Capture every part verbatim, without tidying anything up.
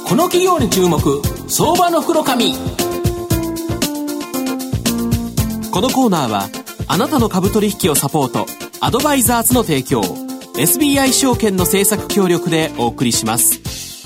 この企業に注目、相場の福の神。このコーナーはあなたの株取引をサポート、アドバイザーズの提供、 エスビーアイ 証券の政策協力でお送りします。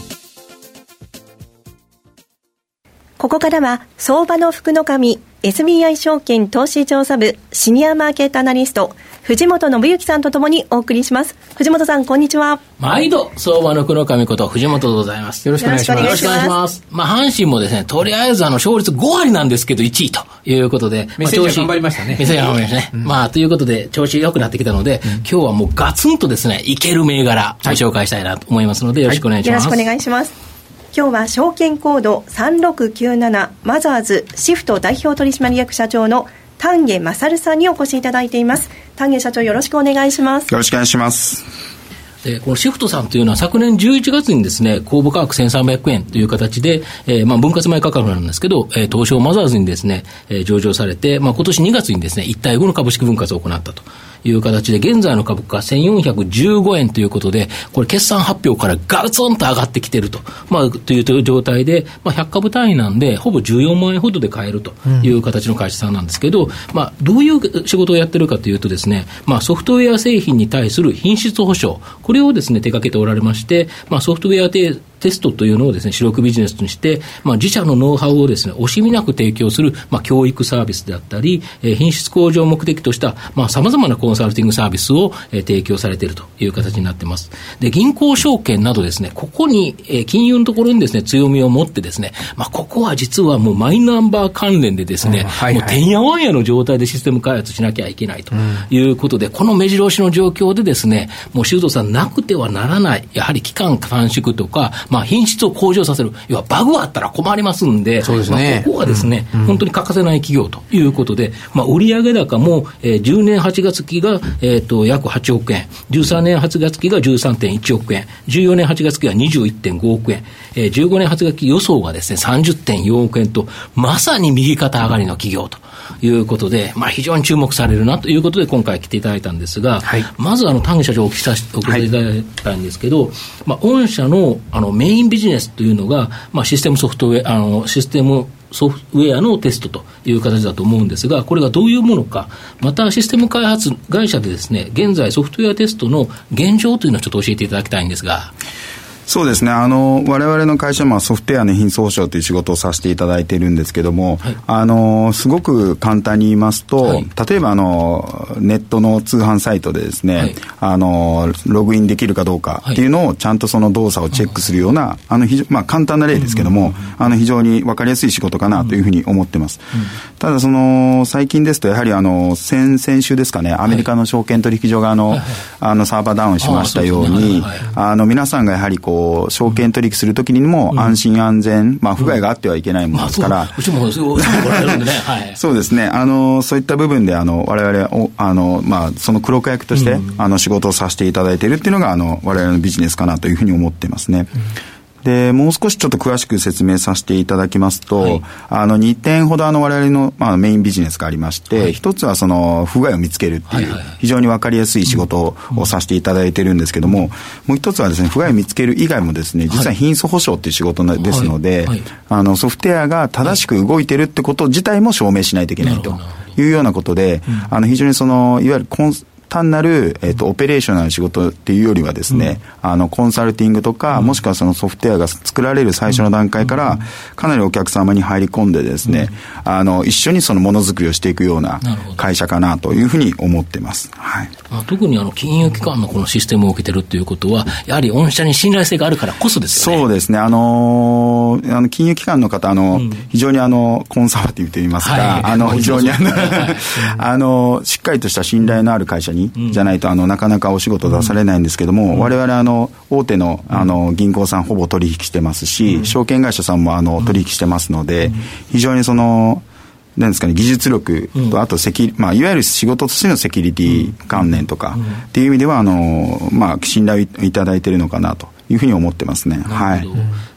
ここからは相場の福の神、 エスビーアイ 証券投資調査部シニアマーケットアナリスト藤本信之さんとともにお送りします。藤本さん、こんにちは。 毎度相場の福の神こと藤本でございます。 よろしくお願いします。 よろしくお願いします。まあ、阪神もですね、とりあえずあの勝率ご割なんですけどいちいということで、 メッセージが頑張りましたね。 メッセージが頑張りましたね、うん、まあということで調子良くなってきたので、うん、今日はもうガツンとですねいける銘柄ご紹介したいなと思いますので、よろしくお願いします、 はい、よろしくお願いします。今日は証券コードさんろくきゅうななマザーズシフト代表取締役社長の丹下勝さんにお越しいただいています。丹下社長、よろしくお願いします。 よろしくお願いします。 でこのシフトさんというのは昨年じゅういちがつにですね公募価格せんさんびゃくえんという形で、えー、まあ分割前価格なんですけど、えー、東証マザーズにですね、えー、上場されて、まあ、今年にがつにですねいち対ごの株式分割を行ったという形で、現在の株価せんよんひゃくじゅうごえんということで、これ決算発表からガツンと上がってきていると、まあ、という状態で、まあ、ひゃくかぶ単位なんでほぼじゅうよんまんえんほどで買えるという形の会社さんなんですけど、うん、まあ、どういう仕事をやってるかというとですね、まあ、ソフトウェア製品に対する品質保証、これをですね手掛けておられまして、まあ、ソフトウェアテテストというのをですね主力ビジネスとして、まあ、自社のノウハウをですね惜しみなく提供する、まあ、教育サービスであったり、えー、品質向上を目的としたさまざ、まなコンサルティングサービスを、えー、提供されているという形になっています。で銀行証券などですねここに、えー、金融のところにですね強みを持ってですね、まあ、ここは実はもうマイナンバー関連でですね、うんはいはい、もうてんやわんやの状態でシステム開発しなきゃいけないということで、うん、この目白押しの状況でですねもう修造さんなくてはならない、やはり期間短縮とか、まあ、品質を向上させる、要はバグがあったら困りますんで、 そうですね、 まあ、ここはですね、 うん、 本当に欠かせない企業ということで、まあ、売上高も、えー、じゅうねんはちがつ期が、えー、と約はちおくえん、じゅうさんねんはちがつ期が じゅうさんてんいちおくえん、じゅうよねんはちがつ期が にじゅういってんごおくえん、えー、じゅうごねんはちがつ期予想がですね さんじゅってんよんおくえんと、まさに右肩上がりの企業ということで、まあ、非常に注目されるなということで今回来ていただいたんですが、はい、まずあの丹下社長をお聞きさせていただきたいんですけど、はい、まあ、御社のあのメインビジネスというのが、まあ、システムソフトウェアあのシステムソフトウェアのテストという形だと思うんですが、これがどういうものか、またシステム開発会社でですね現在ソフトウェアテストの現状というのをちょっと教えていただきたいんですが。 そうですね、あの我々の会社はソフトウェアの品質保証という仕事をさせていただいているんですけども、はい、あのすごく簡単に言いますと、はい、例えばあのネットの通販サイトでですね、はい、あのログインできるかどうかっていうのをちゃんとその動作をチェックするような、はい、あの非常、まあ、簡単な例ですけども、うん、あの非常に分かりやすい仕事かなというふうに思ってます、うんうん、ただその最近ですとやはりあの先々週ですかね、アメリカの証券取引所があの、はい、あのサーバーダウンしましたように、あの皆さんがやはりこう証券取引するときにも安心安全、うん、まあ、不具合があってはいけないものですから、うん、まあ、うちもそうね、はい、そうですね、あのそういった部分であの我々おあの、まあ、その黒子役として、うん、あの仕事をさせていただいているっていうのがあの我々のビジネスかなというふうに思っていますね、うん。でもう少しちょっと詳しく説明させていただきますと、はい、あのにてんほどあの我々の、まあ、メインビジネスがありまして、はい、一つはその不具合を見つけるっていう、はいはいはい、非常に分かりやすい仕事をさせていただいているんですけども、うん、もう一つはですね不具合を見つける以外もですね実は品質保証っていう仕事ですので、はいはい、あのソフトウェアが正しく動いてるってこと自体も証明しないといけないというようなことで、うん、あの非常にそのいわゆるコン単なる、えーと、オペレーショナル仕事っていうよりはですね、うん、あのコンサルティングとか、うん、もしくはそのソフトウェアが作られる最初の段階からかなりお客様に入り込んでですね、うん、あの一緒にそのものづくりをしていくような会社かなというふうに思ってます、はい。 まあ、特にあの金融機関のこのシステムを受けてるということはやはり御社に信頼性があるからこそですよね。 そうですね、あのー、あの金融機関の方あの、うん、非常にあのコンサバティブといいますか、はい、あの非常にあのあのしっかりとした信頼のある会社にじゃないとあのなかなかお仕事出されないんですけども、うん、我々あの大手の、あの銀行さんほぼ取引してますし、うん、証券会社さんもあの取引してますので、うん、非常にそのなんですかね、技術力と、うん、あとセキ、まあ、いわゆる仕事としてのセキュリティ関連とか、うん、っていう意味ではあの、まあ、信頼いただいているのかなというふうに思ってますね。はい。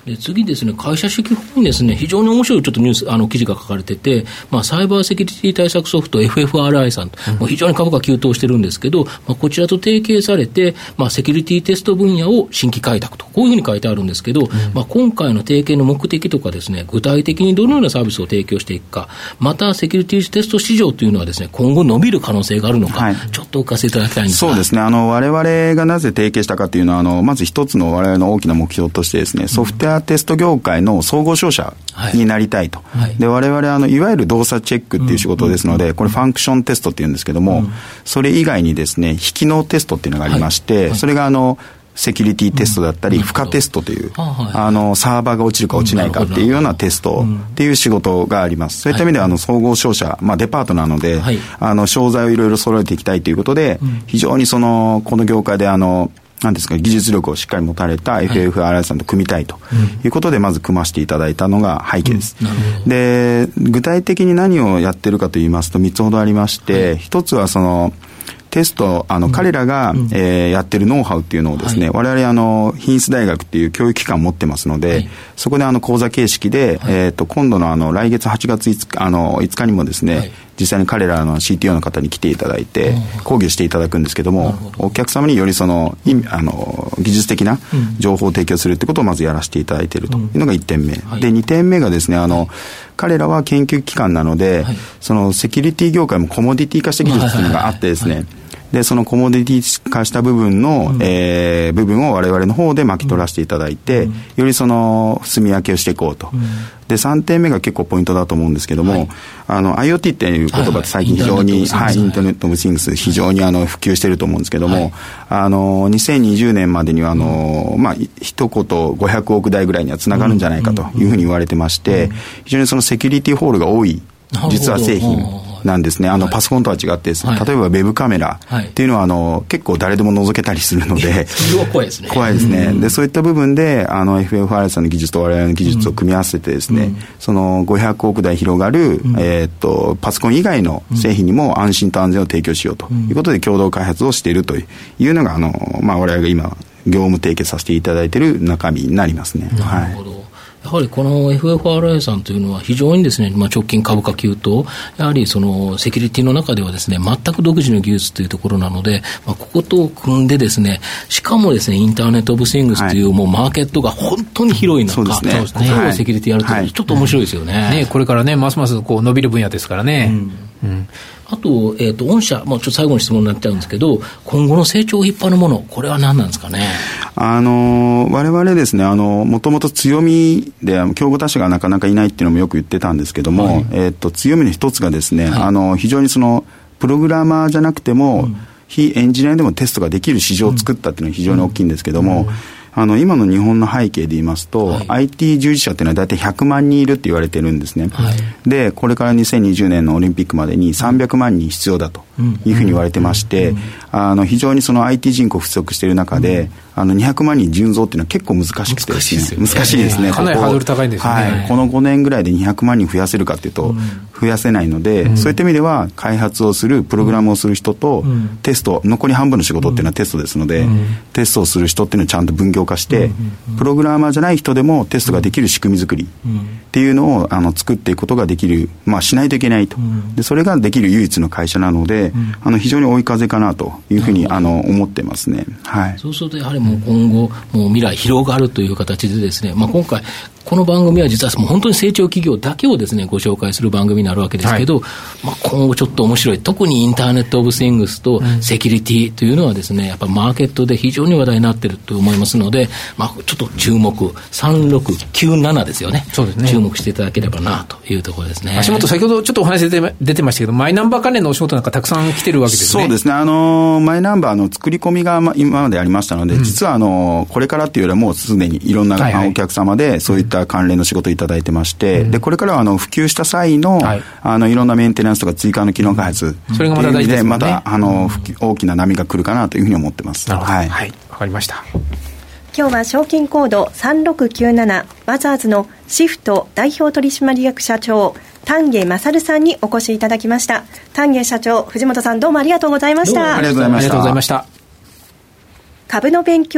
で次ですね、会社指揮法にですね、非常に面白いちょっとニュース、あの記事が書かれてて、まあ、サイバーセキュリティ対策ソフト エフエフアールアイ さんと、うん、もう非常に株価急騰してるんですけど、まあ、こちらと提携されて、まあ、セキュリティテスト分野を新規開拓と、こういうふうに書いてあるんですけど、うん、まあ、今回の提携の目的とかですね、具体的にどのようなサービスを提供していくか、またセキュリティテスト市場というのはですね、今後伸びる可能性があるのか、はい、ちょっとお聞かせいただきたいんですが。 そうですね、あの我々がなぜ提携したかというのは、あのまず一つの我々の大きな目標としてですね、ソフトウェアテスト業界の総合商社になりたいと、はいはい、で我々あのいわゆる動作チェックっていう仕事ですので、うんうん、これファンクションテストっていうんですけども、うん、それ以外にですね、非機能テストっていうのがありまして、はいはい、それがあのセキュリティテストだったり、うん、負荷テストという、あのサーバーが落ちるか落ちないかっていうようなテストっていう仕事があります。そういった意味ではあの総合商社、まあ、デパートなので、はい、あの商材をいろいろ揃えていきたいということで、うん、非常にそのこの業界であのなんですか、技術力をしっかり持たれた エフエフアールアイ さんと組みたいということで、まず組ませていただいたのが背景です、うんうん、で具体的に何をやってるかといいますとみっつほどありまして、はい、ひとつはそのテスト、あの、うん、彼らが、うんえー、やってるノウハウっていうのをですね、はい、我々あの品質大学っていう教育機関を持ってますので、はい、そこであの講座形式で、はい、えー、と今度のあの来月はちがついつか、あのいつかにもですね、はい、実際に彼らの シーティーオー の方に来ていただいて講義していただくんですけども、お客様によりその、うん、あの技術的な情報を提供するってことをまずやらせていただいているというのがいってんめ、うんはい、でにてんめがですね、あの、はい、彼らは研究機関なので、はい、そのセキュリティ業界もコモディティ化した技術というのがあってですね、はいはいはい、でそのコモディティ化した部分の、うんえー、部分を我々の方で巻き取らせていただいて、うん、よりその住み分けをしていこうと、うん、でさんてんめが結構ポイントだと思うんですけども、はい、あの IoT っていう言葉って最近非常に、はい、インターネットオブシングス非常にあの普及していると思うんですけども、はい、あのにせんにじゅうねんまでにはあの、うんまあ、一言ごひゃくおくだいぐらいにはつながるんじゃないかというふうに言われてまして、うん、非常にそのセキュリティホールが多い実は製品なんですね。あの、はい、パソコンとは違ってですね、はい、例えばウェブカメラっていうのはあの結構誰でも覗けたりするので怖いですね。 怖いですね。うん、でそういった部分であの エフエフアール さんの技術と我々の技術を組み合わせてですね、うん、そのごひゃくおくだい広がる、うんえー、っとパソコン以外の製品にも安心と安全を提供しようということで共同開発をしているというのがあの、まあ、我々が今業務提携させていただいている中身になりますね。 なるほど。はい、やはりこの エフエフアールアイ さんというのは非常にですね、まあ、直近株価急騰、やはりそのセキュリティの中ではですね、全く独自の技術というところなので、まあ、ここと組んでですね、しかもですね、インターネットオブシングスというもうマーケットが本当に広い中、 そうですね、 はい、セキュリティやるというのはちょっと面白いですよね。はいね、これからね、ますますこう伸びる分野ですからね。うんうんあと、えっと、御社、もうちょっと最後の質問になっちゃうんですけど、今後の成長を引っ張るもの、これは何なんですかね。 あの、我々ですね、あの、もともと強みで、競合他社がなかなかいないっていうのもよく言ってたんですけども、はい、えっと、強みの一つがですね、はい、あの、非常にその、プログラマーじゃなくても、うん、非エンジニアでもテストができる市場を作ったっていうのは非常に大きいんですけども、うんうんあの今の日本の背景で言いますと、はい、アイティー 従事者っていうのは大体ひゃくまんにんいるって言われてるんですね、はい、でこれからにせんにじゅうねんのオリンピックまでにさんびゃくまんにん必要だというふうに言われてまして、うんうん、あの非常にその アイティー 人口不足している中で、うんあのにひゃくまんにん純増っていうのは結構難しくてですね、難しいですよね、難しいですね、 かなりハードル高いんですね、 はい、このごねんぐらいでにひゃくまんにん増やせるかっていうと、うん、増やせないので、うん、そういった意味では開発をするプログラムをする人と、うん、テスト残り半分の仕事っていうのはテストですので、うん、テストをする人っていうのをちゃんと分業化して、うん、プログラマーじゃない人でもテストができる仕組み作りっていうのをあの作っていくことができる、まあ、しないといけないと、うん、でそれができる唯一の会社なので、うん、あの非常に追い風かなというふうにあの思ってますね、はい、 そうするとやはりもう今後もう未来広がるという形でですね、まあ、今回この番組は実はもう本当に成長企業だけをですねご紹介する番組になるわけですけど、はいまあ、今後ちょっと面白い特にインターネットオブシングスとセキュリティというのはですねやっぱマーケットで非常に話題になっていると思いますので、まあ、ちょっと注目さんろくきゅうななですよね。 そうですね、 注目していただければなというところですね。 足元先ほどちょっとお話出て、出てましたけどマイナンバー関連のお仕事なんかたくさん来てるわけですね。 そうですね、あのマイナンバーの作り込みが今までありましたので、うん、実はあのこれからっていうよりはもうすでにいろんなお客様でそういった関連の仕事をいただいてまして、うん、でこれからはあの普及した際の、はい、あのいろんなメンテナンスとか追加の機能開発、うん、 それがまた大事ですもんね。 またあの、うん、大きな波が来るかなというふうに思ってます。 なるほど、はい、はい、わかりました。 今日は証券コードさんろくきゅうななマザーズのシフト代表取締役社長丹下勝さんにお越しいただきました。丹下社長、藤本さんどうもありがとうございました。 ありがとうございました。 ありがとうございました。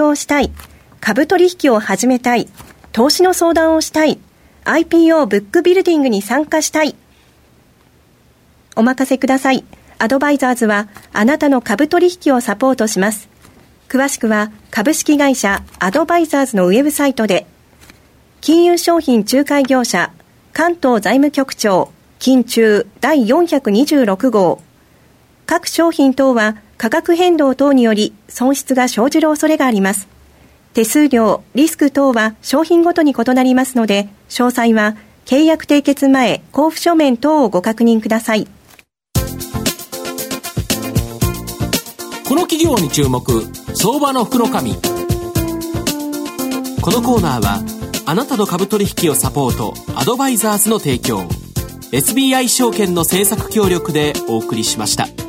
株の勉強をしたい、株取引を始めたい、 投資の相談をしたい、アイピーオー ブックビルディングに参加したい、お任せください。アドバイザーズはあなたの株取引をサポートします。詳しくは株式会社アドバイザーズのウェブサイトで。金融商品仲介業者関東財務局長金中だいよんひゃくにじゅうろく号。各商品等は価格変動等により損失が生じる恐れがあります。手数料、リスク等は商品ごとに異なりますので、詳細は契約締結前交付書面等をご確認ください。 この企業に注目、相場の福の神。このコーナーはあなたの株取引をサポート、アドバイザーズの提供、エスビーアイ 証券の政策協力でお送りしました。